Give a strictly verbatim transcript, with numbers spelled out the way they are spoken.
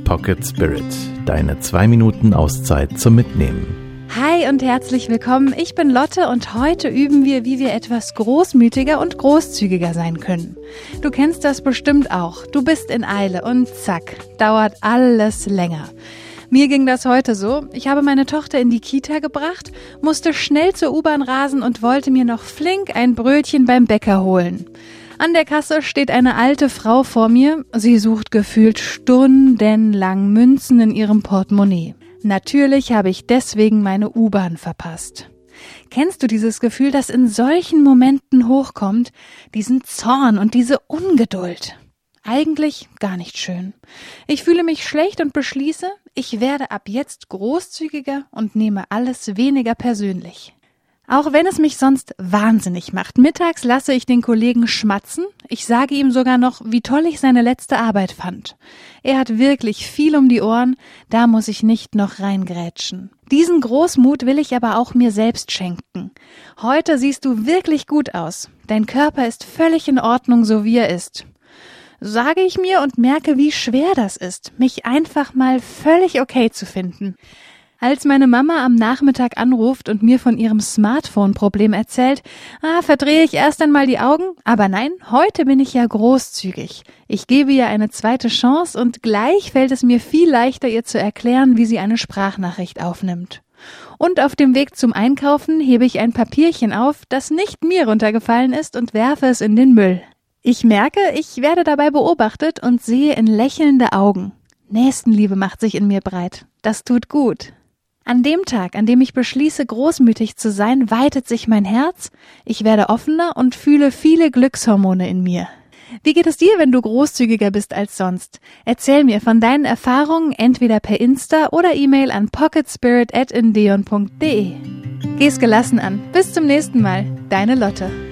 Pocket Spirit, deine zwei Minuten Auszeit zum Mitnehmen. Hi und herzlich willkommen, ich bin Lotte und heute üben wir, wie wir etwas großmütiger und großzügiger sein können. Du kennst das bestimmt auch, du bist in Eile und zack, dauert alles länger. Mir ging das heute so, ich habe meine Tochter in die Kita gebracht, musste schnell zur U-Bahn rasen und wollte mir noch flink ein Brötchen beim Bäcker holen. An der Kasse steht eine alte Frau vor mir. Sie sucht gefühlt stundenlang Münzen in ihrem Portemonnaie. Natürlich habe ich deswegen meine U-Bahn verpasst. Kennst du dieses Gefühl, das in solchen Momenten hochkommt? Diesen Zorn und diese Ungeduld. Eigentlich gar nicht schön. Ich fühle mich schlecht und beschließe, ich werde ab jetzt großzügiger und nehme alles weniger persönlich. Auch wenn es mich sonst wahnsinnig macht. Mittags lasse ich den Kollegen schmatzen. Ich sage ihm sogar noch, wie toll ich seine letzte Arbeit fand. Er hat wirklich viel um die Ohren, da muss ich nicht noch reingrätschen. Diesen Großmut will ich aber auch mir selbst schenken. Heute siehst du wirklich gut aus. Dein Körper ist völlig in Ordnung, so wie er ist. Sage ich mir und merke, wie schwer das ist, mich einfach mal völlig okay zu finden. Als meine Mama am Nachmittag anruft und mir von ihrem Smartphone-Problem erzählt, ah, verdrehe ich erst einmal die Augen, aber nein, heute bin ich ja großzügig. Ich gebe ihr eine zweite Chance und gleich fällt es mir viel leichter, ihr zu erklären, wie sie eine Sprachnachricht aufnimmt. Und auf dem Weg zum Einkaufen hebe ich ein Papierchen auf, das nicht mir runtergefallen ist und werfe es in den Müll. Ich merke, ich werde dabei beobachtet und sehe in lächelnde Augen. Nächstenliebe macht sich in mir breit. Das tut gut. An dem Tag, an dem ich beschließe, großmütig zu sein, weitet sich mein Herz, ich werde offener und fühle viele Glückshormone in mir. Wie geht es dir, wenn du großzügiger bist als sonst? Erzähl mir von deinen Erfahrungen entweder per Insta oder E-Mail an pocketspirit at indeon punkt de. Geh's gelassen an. Bis zum nächsten Mal. Deine Lotte.